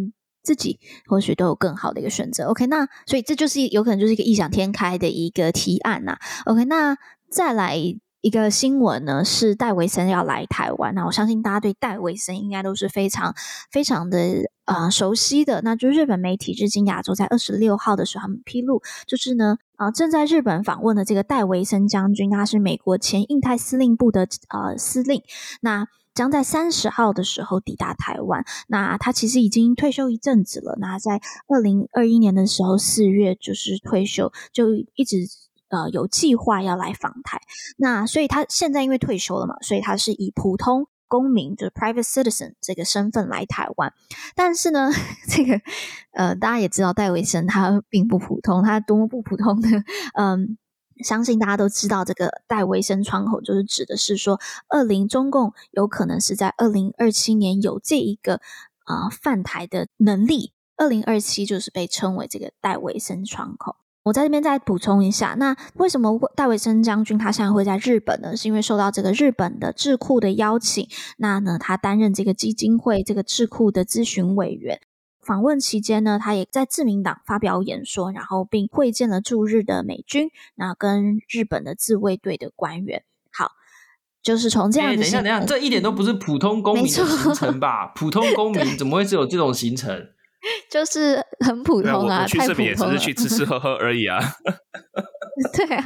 自己或许都有更好的一个选择。 OK， 那所以这就是有可能就是一个异想天开的一个提案啊。 OK， 那再来一个新闻呢，是戴维森要来台湾。那我相信大家对戴维森应该都是非常非常的呃熟悉的。那就是日本媒体日经亚洲在二十六号的时候他们披露，就是呢呃正在日本访问的这个戴维森将军，他是美国前印太司令部的呃司令，那将在三十号的时候抵达台湾。那他其实已经退休一阵子了，那在二零二一年的时候四月就是退休，就一直呃，有计划要来访台。那所以他现在因为退休了嘛，所以他是以普通公民，就是 private citizen 这个身份来台湾。但是呢，这个呃，大家也知道戴维森他并不普通，他多么不普通呢？嗯，相信大家都知道，这个戴维森窗口就是指的是说，二零中共有可能是在二零二七年有这一个呃犯台的能力。二零二七就是被称为这个戴维森窗口。我在这边再补充一下，那为什么戴维森将军他现在会在日本呢？是因为受到这个日本的智库的邀请，那呢他担任这个基金会这个智库的咨询委员。访问期间呢，他也在自民党发表演说，然后并会见了驻日的美军，那跟日本的自卫队的官员。好，就是从这样的、欸、 等一下等一下，这一点都不是普通公民的行程吧？普通公民怎么会是有这种行程？ 就是很普通啊， 我去这边也只是去吃吃喝喝而已啊。 对啊。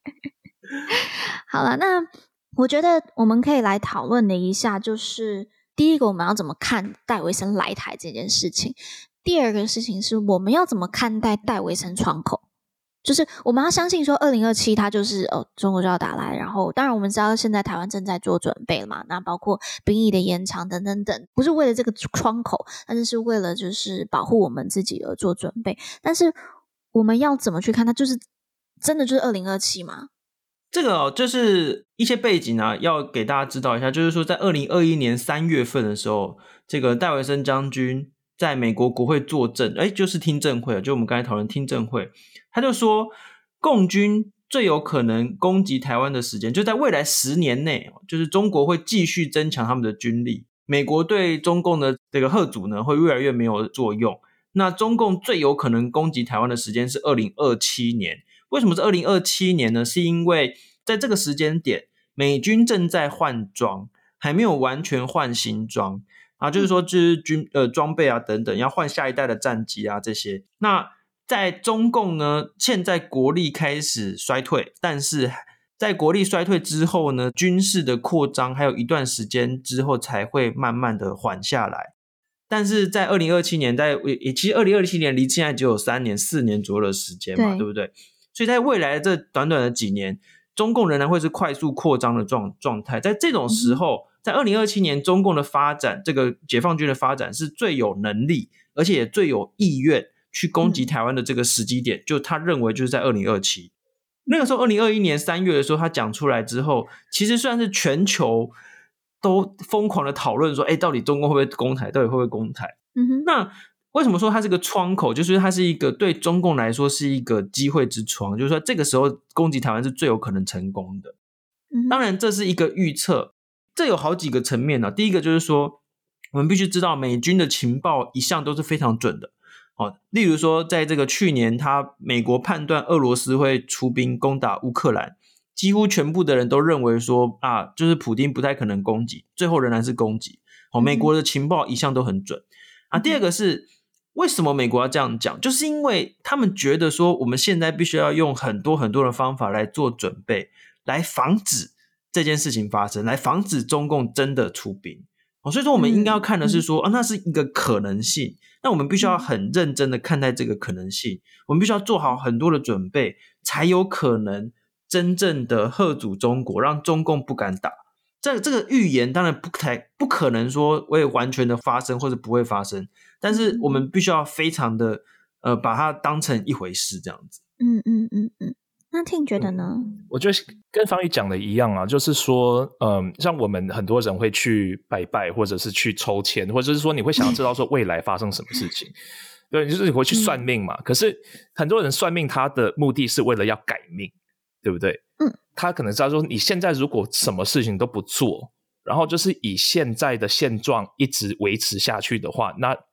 好了，那我觉得我们可以来讨论的一下，就是第一个我们要怎么看戴维森来台这件事情，第二个事情是我们要怎么看待戴维森窗口。就是我们要相信说二零二七它就是哦中国就要打来，然后当然我们知道现在台湾正在做准备了嘛，那包括兵役的延长等等等，不是为了这个窗口，但是是为了就是保护我们自己而做准备。但是我们要怎么去看它，就是真的就是二零二七吗？ 这个、哦、就是一些背景啊，要给大家知道一下，就是说在二零二一年三月份的时候，这个戴维森将军在美国国会作证，诶就是听证会，就我们刚才讨论听证会，他就说共军最有可能攻击台湾的时间就在未来十年内，就是中国会继续增强他们的军力，美国对中共的这个吓阻呢会越来越没有作用。那中共最有可能攻击台湾的时间是二零二七年。为什么是二零二七年呢？是因为在这个时间点美军正在换装，还没有完全换新装啊，就是说就是军呃装备啊等等，要换下一代的战机啊这些。那在中共呢，现在国力开始衰退，但是在国力衰退之后呢，军事的扩张还有一段时间之后才会慢慢的缓下来。但是在二零二七年，在其实二零二七年离现在只有三年四年左右的时间嘛， 对, 对不对？所以在未来的这短短的几年，中共仍然会是快速扩张的状状态。在这种时候，在二零二七年中共的发展，这个解放军的发展是最有能力而且也最有意愿去攻击台湾的这个时机点，嗯、就他认为就是在二零二七。那个时候二零二一年三月的时候他讲出来之后，其实算是全球都疯狂的讨论说，诶到底中共会不会攻台，到底会不会攻台。 嗯哼， 那为什么说它是个窗口，就是它是一个对中共来说是一个机会之窗，就是说这个时候攻击台湾是最有可能成功的。 嗯、 当然这是一个预测，这有好几个层面、啊、第一个就是说我们必须知道美军的情报一向都是非常准的、哦、例如说在这个去年他美国判断俄罗斯会出兵攻打乌克兰，几乎全部的人都认为说啊，就是普丁不太可能攻击，最后仍然是攻击、哦、美国的情报一向都很准、嗯、啊。第二个是为什么美国要这样讲，就是因为他们觉得说我们现在必须要用很多很多的方法来做准备，来防止这件事情发生，来防止中共真的出兵、哦、所以说我们应该要看的是说、嗯啊、那是一个可能性，那我们必须要很认真的看待这个可能性，我们必须要做好很多的准备，才有可能真正的吓阻中国，让中共不敢打。这这个预言当然不太不可能说会完全的发生或者不会发生，但是我们必须要非常的呃把它当成一回事这样子。 嗯嗯嗯嗯，那Tim觉得呢？ 我觉得跟方毅讲的一样啊，就是说嗯，像我们很多人会去拜拜，或者是去抽签，或者是说你会想要知道说未来发生什么事情对，就是你会去算命嘛、嗯、可是很多人算命他的目的是为了要改命，对不对？ 嗯， 他可能知道说你现在如果什么事情都不做，然后就是以现在的现状一直维持下去的话，那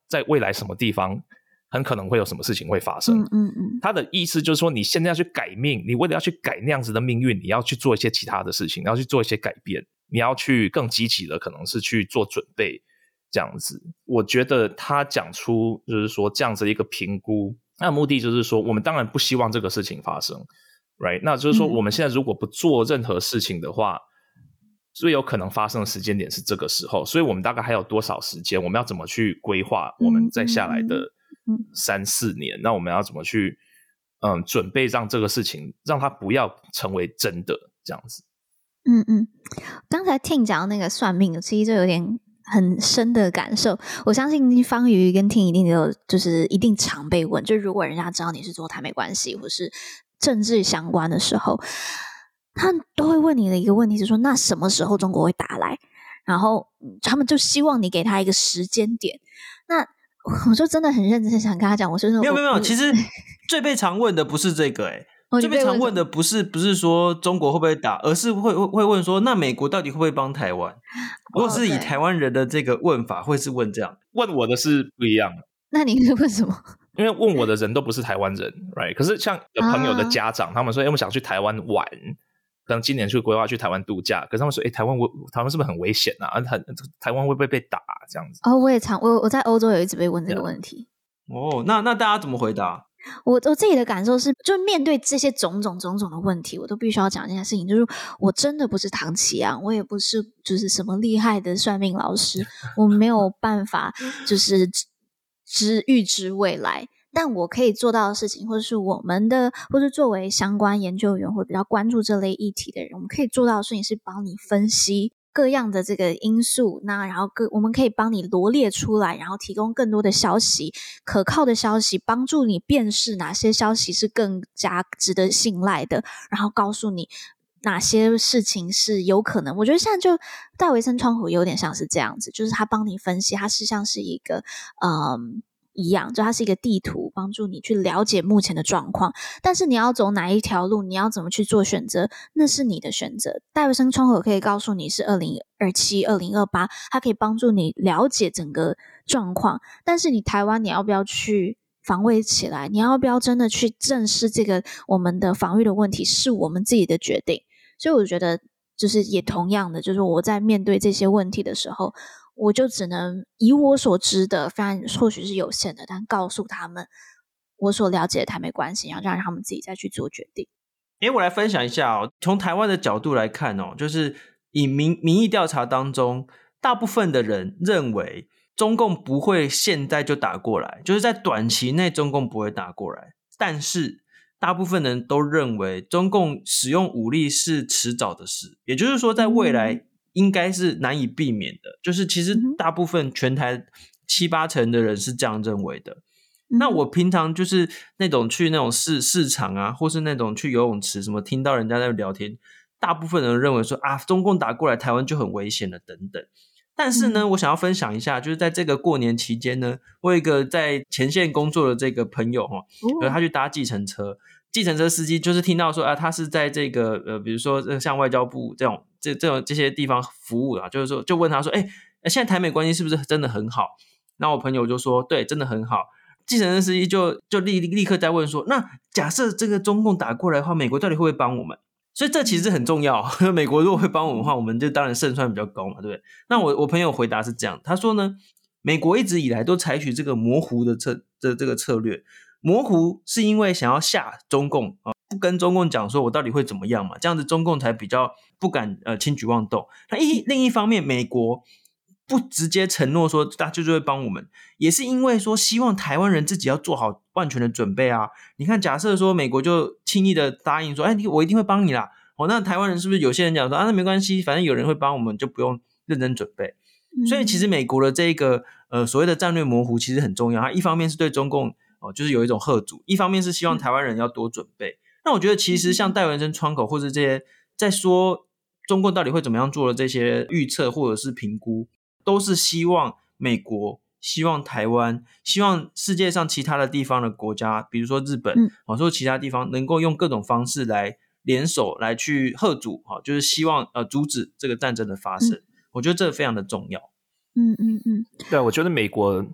在未来什么地方很可能会有什么事情会发生。 嗯嗯嗯， 他的意思就是说，你现在要去改命，你为了要去改那样子的命运，你要去做一些其他的事情，你要去做一些改变，你要去更积极的可能是去做准备这样子。我觉得他讲出就是说这样子的一个评估，那目的就是说我们当然不希望这个事情发生 right， 那就是说我们现在如果不做任何事情的话、嗯、最有可能发生的时间点是这个时候，所以我们大概还有多少时间，我们要怎么去规划我们在下来的三四年、嗯嗯嗯、那我们要怎么去嗯准备让这个事情让它不要成为真的这样子。 嗯嗯，刚才听讲那个算命，其实就有点很深的感受。我相信方瑜跟听一定有就是一定常被问，就如果人家知道你是做台美关系或是政治相关的时候，他都会问你的一个问题是说，那什么时候中国会打来？然后他们就希望你给他一个时间点。那我就真的很认真想跟他讲，我说没有没有没有，其实最被常问的不是这个哎、欸。 哦、 最被常问的不是不是说中国会不会打，而是会会问说，那美国到底会不会帮台湾？如果是以台湾人的这个问法，会是问这样。 问我的是不一样。 那你是问什么？ 因为问我的人都不是台湾人 right， 可是像有朋友的家长、啊、他们说、欸、我们想去台湾玩，可能今年去规划去台湾度假，可是他们说、欸、台湾台湾是不是很危险啊？台湾会不会被打、啊、这样子。 哦，我也常我我在欧洲有一直被问这个问题。 哦，那那大家怎么回答？ 我我自己的感受是，就面对这些种种种种的问题，我都必须要讲这件事情。就是我真的不是唐启阳，我也不是就是什么厉害的算命老师，我没有办法就是知预知未来。但我可以做到的事情，或者是我们的，或是作为相关研究员或比较关注这类议题的人，我们可以做到的事情是帮你分析各样的这个因素，那然后各我们可以帮你罗列出来，然后提供更多的消息，可靠的消息，帮助你辨识哪些消息是更加值得信赖的，然后告诉你哪些事情是有可能。我觉得现在就戴维森窗口有点像是这样子，就是他帮你分析，它是像是一个嗯一样，就它是一个地图，帮助你去了解目前的状况。但是你要走哪一条路，你要怎么去做选择，那是你的选择。戴维森窗口可以告诉你是二零二七、二零二八，它可以帮助你了解整个状况。但是你台湾，你要不要去防卫起来？你要不要真的去正视这个我们的防御的问题，是我们自己的决定。所以我觉得就是也同样的，就是我在面对这些问题的时候，我就只能以我所知的，非常或许是有限的，但告诉他们我所了解的台美关系，然后让他们自己再去做决定。 诶，我来分享一下哦，从台湾的角度来看哦，就是以民民意调查当中，大部分的人认为中共不会现在就打过来，就是在短期内中共不会打过来，但是大部分人都认为中共使用武力是迟早的事，也就是说在未来应该是难以避免的，就是其实大部分全台七八成的人是这样认为的。那我平常就是那种去那种市市场啊，或是那种去游泳池什么，听到人家在聊天，大部分人认为说啊，中共打过来台湾就很危险了等等。但是呢，我想要分享一下，就是在这个过年期间呢，我有一个在前线工作的这个朋友齁，呃，他去搭计程车，计程车司机就是听到说啊，他是在这个呃，比如说像外交部这种这这种这些地方服务啊，就是说就问他说，哎、欸，现在台美关系是不是真的很好？那我朋友就说，对，真的很好。计程车司机就就立立刻在问说，那假设这个中共打过来的话，美国到底会不会帮我们？所以这其实很重要，美国如果会帮我们的话，我们就当然胜算比较高嘛，对不对？那我我朋友回答是这样，他说呢，美国一直以来都采取这个模糊的策的这个策略，模糊是因为想要吓中共啊，不跟中共讲说我到底会怎么样嘛，这样子中共才比较不敢呃轻举妄动。那一另一方面，美国不直接承诺说他就是会帮我们，也是因为说希望台湾人自己要做好万全的准备啊。你看，假设说美国就轻易的答应说，哎，我一定会帮你啦。哦，那台湾人是不是有些人讲说啊，那没关系，反正有人会帮我们，就不用认真准备。嗯、所以其实美国的这个呃所谓的战略模糊其实很重要，它一方面是对中共哦就是有一种吓阻，一方面是希望台湾人要多准备。嗯、那我觉得其实像戴文森窗口或者这些在说中共到底会怎么样做的这些预测或者是评估，都是希望美国、希望台湾、希望世界上其他的地方的国家，比如说日本，嗯，或者其他地方，能够用各种方式来联手来去吓阻，就是希望呃阻止这个战争的发生。嗯、我觉得这非常的重要。 嗯嗯嗯， 对，我觉得美国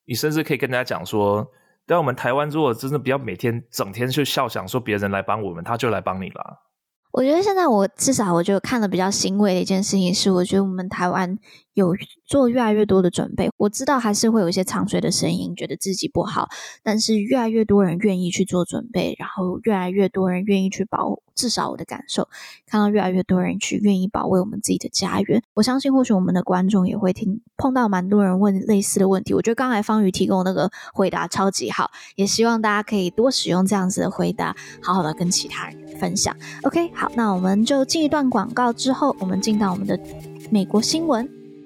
你甚至可以跟大家讲说，但我们台湾如果真的不要每天整天去笑想说别人来帮我们，他就来帮你啦。 我觉得现在我至少我就看了比较欣慰的一件事情是，我觉得我们台湾有做越来越多的准备。我知道还是会有一些唱衰的声音，觉得自己不好，但是越来越多人愿意去做准备，然后越来越多人愿意去保，至少我的感受看到越来越多人去愿意保卫我们自己的家园。我相信或许我们的观众也会听碰到蛮多人问类似的问题，我觉得刚才方瑜提供那个回答超级好，也希望大家可以多使用这样子的回答，好好的跟其他人分享。 OK， 好，那我们就进一段广告之后，我们进到我们的美国新闻。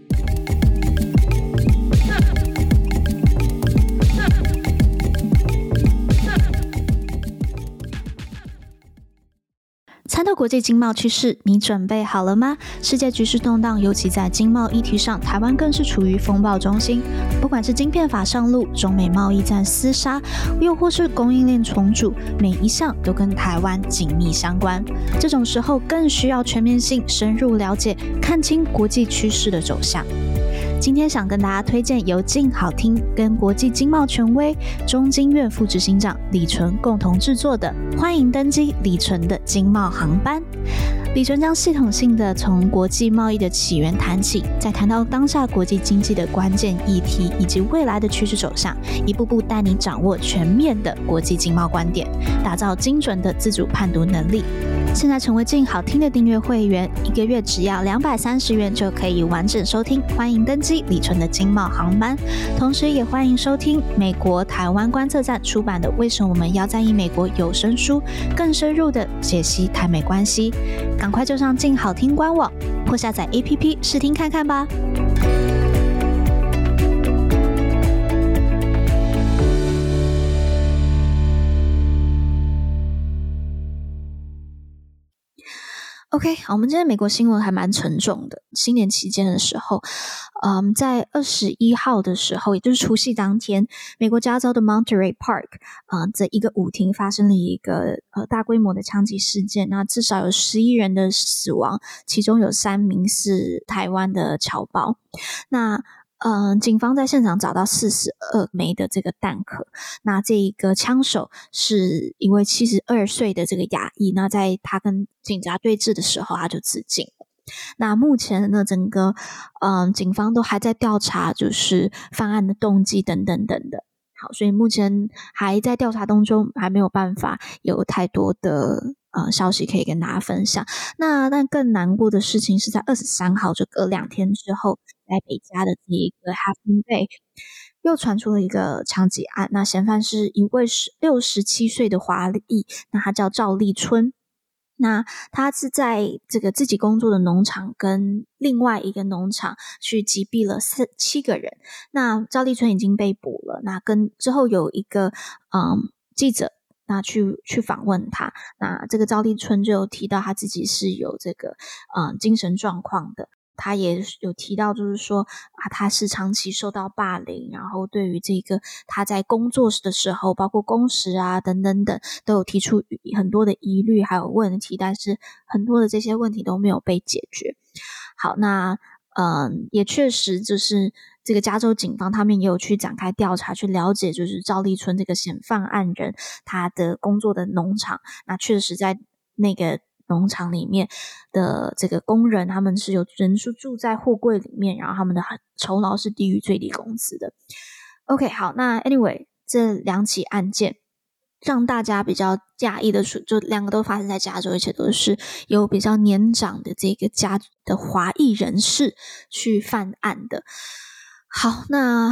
参透国际经贸趋势，你准备好了吗？世界局势动荡，尤其在经贸议题上，台湾更是处于风暴中心。不管是晶片法上路、中美贸易战厮杀，又或是供应链重组，每一项都跟台湾紧密相关。这种时候更需要全面性、深入了解，看清国际趋势的走向。今天想跟大家推荐由静好听跟国际经贸权威中经院副执行长李纯共同制作的《欢迎登机李纯的经贸航班》。李纯将系统性的从国际贸易的起源谈起，再谈到当下国际经济的关键议题以及未来的趋势走向，一步步带你掌握全面的国际经贸观点，打造精准的自主判读能力。现在成为静好听的订阅会员，一个月只要两百三十元就可以完整收听欢迎登机李纯的经贸航班，同时也欢迎收听美国台湾观测站出版的为什么我们要在意美国有声书，更深入的解析台美关系。赶快就上静好听官网或下载 A P P 试听看看吧。OK， 好，我们今天美国新闻还蛮沉重的。新年期间的时候，嗯，在二十一号的时候，也就是除夕当天，美国加州的 Monterey Park， 呃，这一个舞厅发生了一个呃大规模的枪击事件，那至少有十一人的死亡，其中有三名是台湾的侨胞。那嗯、呃，警方在现场找到四十二枚的这个弹壳。那这一个枪手是一位七十二岁的这个亚裔，那在他跟警察对峙的时候，他就自尽了。那目前呢，整个嗯、呃，警方都还在调查，就是犯案的动机等等等的。好，所以目前还在调查当中，还没有办法有太多的呃消息可以跟大家分享。那但更难过的事情是在二十三号，就隔两天之后，在北加的这一个 Half Moon Bay 又传出了一个枪击案。那嫌犯是一位六十七岁的华裔，那他叫赵立春。那他是在这个自己工作的农场跟另外一个农场去击毙了四七个人。那赵立春已经被捕了，那跟之后有一个嗯记者那去去访问他，那这个赵立春就有提到他自己是有这个嗯精神状况的。他也有提到，就是说啊，他是长期受到霸凌，然后对于这个他在工作的时候，包括工时啊等等等，都有提出很多的疑虑还有问题，但是很多的这些问题都没有被解决。好，那嗯，也确实就是这个加州警方他们也有去展开调查，去了解就是赵立春这个嫌犯案人他的工作的农场，那确实在那个农场里面的这个工人，他们是有人是住在货柜里面，然后他们的酬劳是低于最低工资的。OK， 好，那 anyway 这两起案件让大家比较讶异的是，就两个都发生在加州，而且都是有比较年长的这个家的华裔人士去犯案的。好，那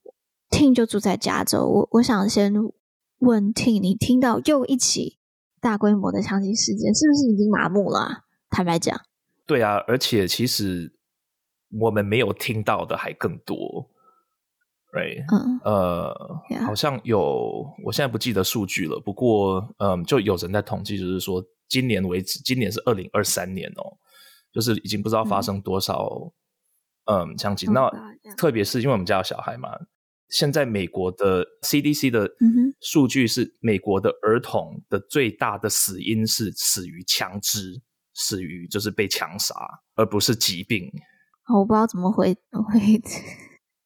Ting 就住在加州，我我想先问 Ting， 你听到又一起大规模的枪击事件，是不是已经麻木了啊？坦白讲， 对啊，而且其实我们没有听到的还更多。Right， 嗯，呃， yeah. 好像有，我现在不记得数据了。不过，嗯，就有人在统计，就是说，今年为止，今年是二零二三年哦，就是已经不知道发生多少，嗯，枪击。嗯、那、oh, 特别是因为我们家有小孩嘛，现在美国的 C D C 的数据是，美国的儿童的最大的死因是死于枪支，死于就是被枪杀，而不是疾病。 我不知道怎么回回。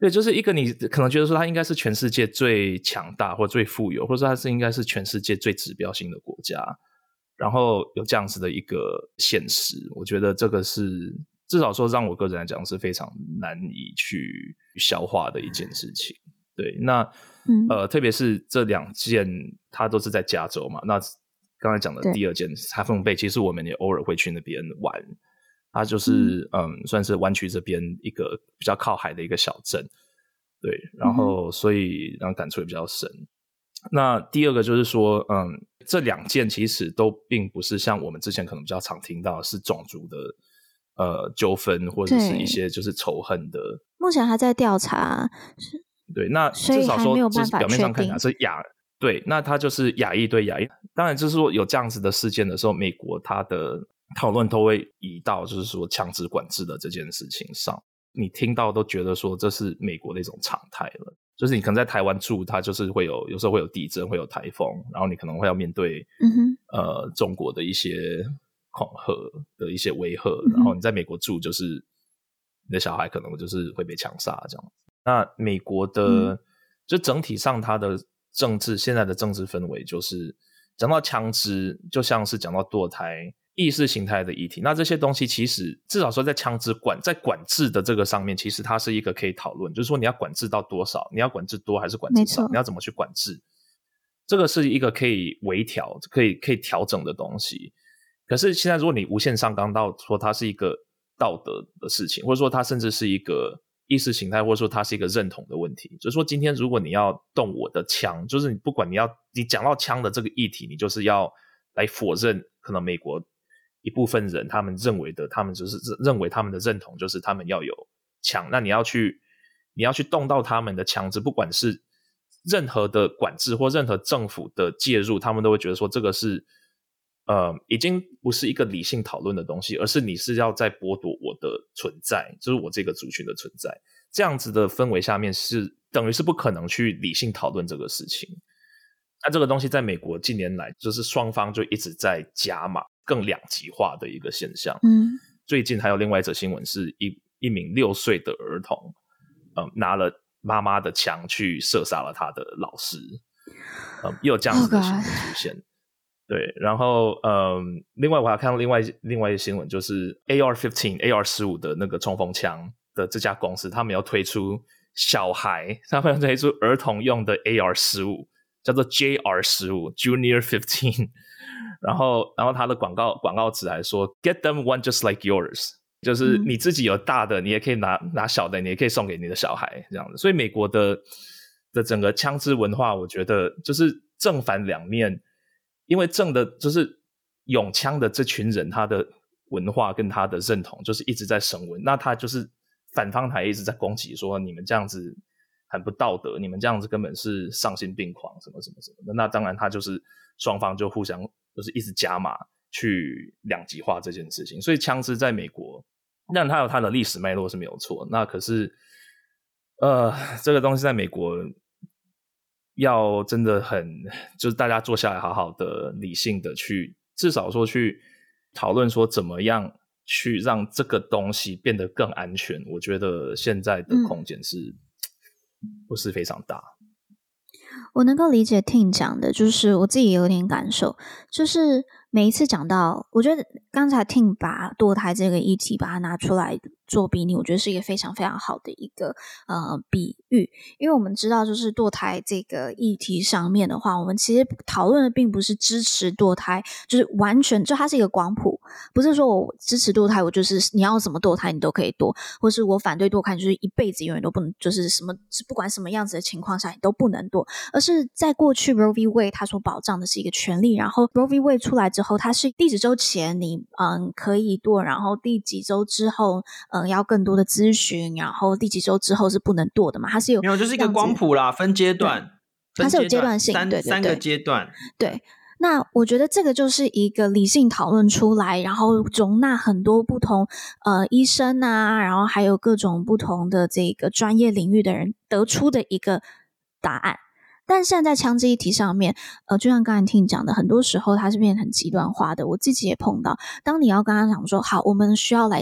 对，就是一个你可能觉得说它应该是全世界最强大或最富有，或者说它是应该是全世界最指标性的国家，然后有这样子的一个现实，我觉得这个是至少说让我个人来讲是非常难以去消化的一件事情。对，那、嗯、呃，特别是这两件它都是在加州嘛，那刚才讲的第二件哈芬贝，其实我们也偶尔会去那边玩，它就是嗯, 嗯，算是湾区这边一个比较靠海的一个小镇，对，然后所以让感触也比较深。那第二个就是说，嗯，这两件其实都并不是像我们之前可能比较常听到是种族的呃纠纷或者是一些就是仇恨的， 目前还在调查。 对，那至少说就是表面上看起来是亚，对，那它就是亚裔对亚裔。当然就是说有这样子的事件的时候，美国它的讨论都会移到就是说枪支管制的这件事情上，你听到都觉得说这是美国的一种常态了。就是你可能在台湾住，它就是会有有时候会有地震，会有台风，然后你可能会要面对、嗯、呃中国的一些恐吓的一些威吓、嗯、然后你在美国住，就是你的小孩可能就是会被枪杀这样。那美国的、嗯、就整体上它的政治现在的政治氛围就是讲到枪支就像是讲到堕胎意识形态的议题，那这些东西其实至少说在枪支管在管制的这个上面，其实它是一个可以讨论，就是说你要管制到多少，你要管制多还是管制少，你要怎么去管制，这个是一个可以微调可以可以调整的东西。可是现在如果你无限上纲到说它是一个道德的事情，或者说它甚至是一个意识形态，或者说它是一个认同的问题，就是说今天如果你要动我的枪，就是你不管你要你讲到枪的这个议题，你就是要来否认可能美国一部分人他们认为的，他们就是认为他们的认同就是他们要有枪，那你要去你要去动到他们的枪支，不管是任何的管制或任何政府的介入，他们都会觉得说这个是呃，已经不是一个理性讨论的东西，而是你是要在剥夺我的存在，就是我这个族群的存在。这样子的氛围下面是等于是不可能去理性讨论这个事情。那这个东西在美国近年来就是双方就一直在加码更两极化的一个现象。嗯，最近还有另外一则新闻是一一名六岁的儿童、嗯、拿了妈妈的枪去射杀了他的老师。嗯，也有这样子的新闻出现。Oh对，然后嗯，另外我还看到另外另外一个新闻，就是 A R 十五 A R 十五 的那个冲锋枪的这家公司，他们要推出小孩，他们要推出儿童用的 A R 十五，叫做 J R 十五 Junior 十五，然后然后他的广告广告词还说 Get them one just like yours， 就是你自己有大的，你也可以拿拿小的，你也可以送给你的小孩这样子。所以美国的的整个枪支文化，我觉得就是正反两面。因为正的就是拥枪的这群人，他的文化跟他的认同就是一直在升温，那他就是反方台一直在攻击说你们这样子很不道德，你们这样子根本是丧心病狂什么什么什么的。那当然他就是双方就互相就是一直加码去两极化这件事情。所以枪支在美国但它有它的历史脉络是没有错，那可是呃，这个东西在美国要真的很就是大家坐下来好好的理性的去至少说去讨论说怎么样去让这个东西变得更安全，我觉得现在的空间是、嗯、不是非常大。 我能够理解 Tim 讲的，就是我自己也有点感受，就是每一次讲到，我觉得刚才 Tim 把堕胎这个议题把它拿出来做比拟，我觉得是一个非常非常好的一个呃比喻，因为我们知道就是堕胎这个议题上面的话，我们其实讨论的并不是支持堕胎，就是完全就它是一个光谱，不是说我支持堕胎我就是你要怎么堕胎你都可以堕，或是我反对堕胎就是一辈子永远都不能，就是什么不管什么样子的情况下你都不能堕，而是在过去 Roe v. Wade 它所保障的是一个权利，然后 Roe v. Wade 出来之后，它是第几周前你嗯可以堕，然后第几周之后嗯要更多的咨询，然后第几周之后是不能堕的嘛，它是有没有就是一个光谱啦，分阶段， 它是有阶段性， 三对对对， 三个阶段， 对。那我觉得这个就是一个理性讨论出来，然后容纳很多不同呃医生啊，然后还有各种不同的这个专业领域的人得出的一个答案。但现在在枪支议题上面，呃，就像刚才听你讲的，很多时候它是变得很极端化的。我自己也碰到，当你要跟他讲说，好，我们需要来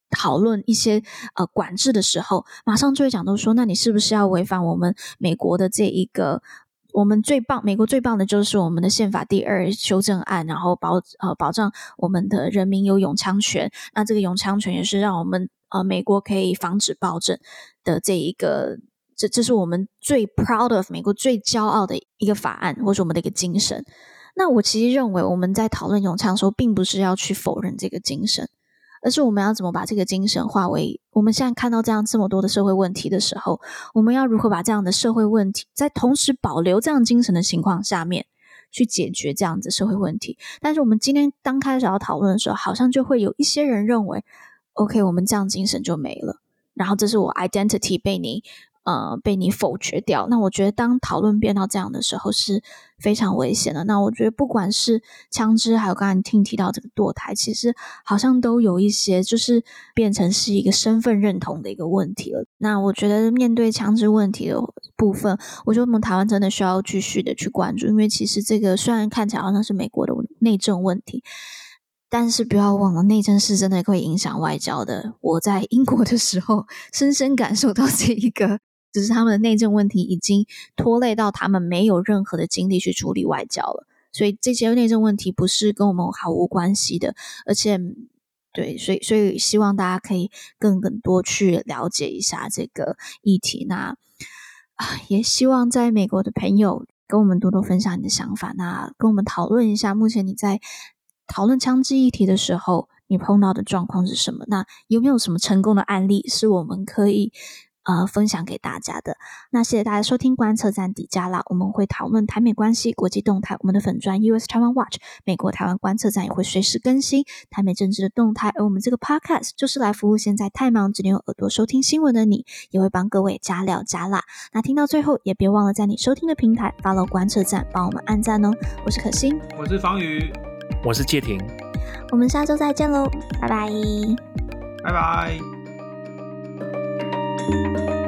讨论一些呃管制的时候，马上就会讲到说，那你是不是要违反我们美国的这一个，我们最棒，美国最棒的就是我们的宪法第二修正案，然后保呃保障我们的人民有拥枪权，那这个拥枪权也是让我们呃美国可以防止暴政的这一个，这这是我们最 proud of 美国最骄傲的一个法案，或是我们的一个精神。那我其实认为我们在讨论拥枪的时候，并不是要去否认这个精神，而是我们要怎么把这个精神化为，我们现在看到这样这么多的社会问题的时候，我们要如何把这样的社会问题在同时保留这样精神的情况下面去解决这样子社会问题。但是我们今天刚开始要讨论的时候，好像就会有一些人认为 OK 我们这样精神就没了，然后这是我 identity 被你呃，被你否决掉。那我觉得当讨论变到这样的时候是非常危险的。那我觉得不管是枪支，还有刚才听提到这个堕胎，其实好像都有一些就是变成是一个身份认同的一个问题了。那我觉得面对枪支问题的部分，我觉得我们台湾真的需要继续的去关注，因为其实这个虽然看起来好像是美国的内政问题，但是不要忘了，内政是真的会影响外交的。我在英国的时候深深感受到这一个，就是他们的内政问题已经拖累到他们没有任何的精力去处理外交了，所以这些内政问题不是跟我们毫无关系的。而且对，所以所以希望大家可以更更多去了解一下这个议题。那啊，也希望在美国的朋友跟我们多多分享你的想法，那跟我们讨论一下目前你在讨论枪支议题的时候你碰到的状况是什么，那有没有什么成功的案例是我们可以呃，分享给大家的。那谢谢大家收听观测站底加啦，我们会讨论台美关系、国际动态，我们的粉专 U S Taiwan Watch 美国台湾观测站也会随时更新台美政治的动态，而我们这个 podcast 就是来服务现在太忙只能用耳朵收听新闻的你，也会帮各位加料加辣。那听到最后也别忘了在你收听的平台 follow 观测站，帮我们按赞哦。我是可心， 我是方宇， 我是介廷， 我们下周再见喽，拜拜， 拜拜。 Thank you.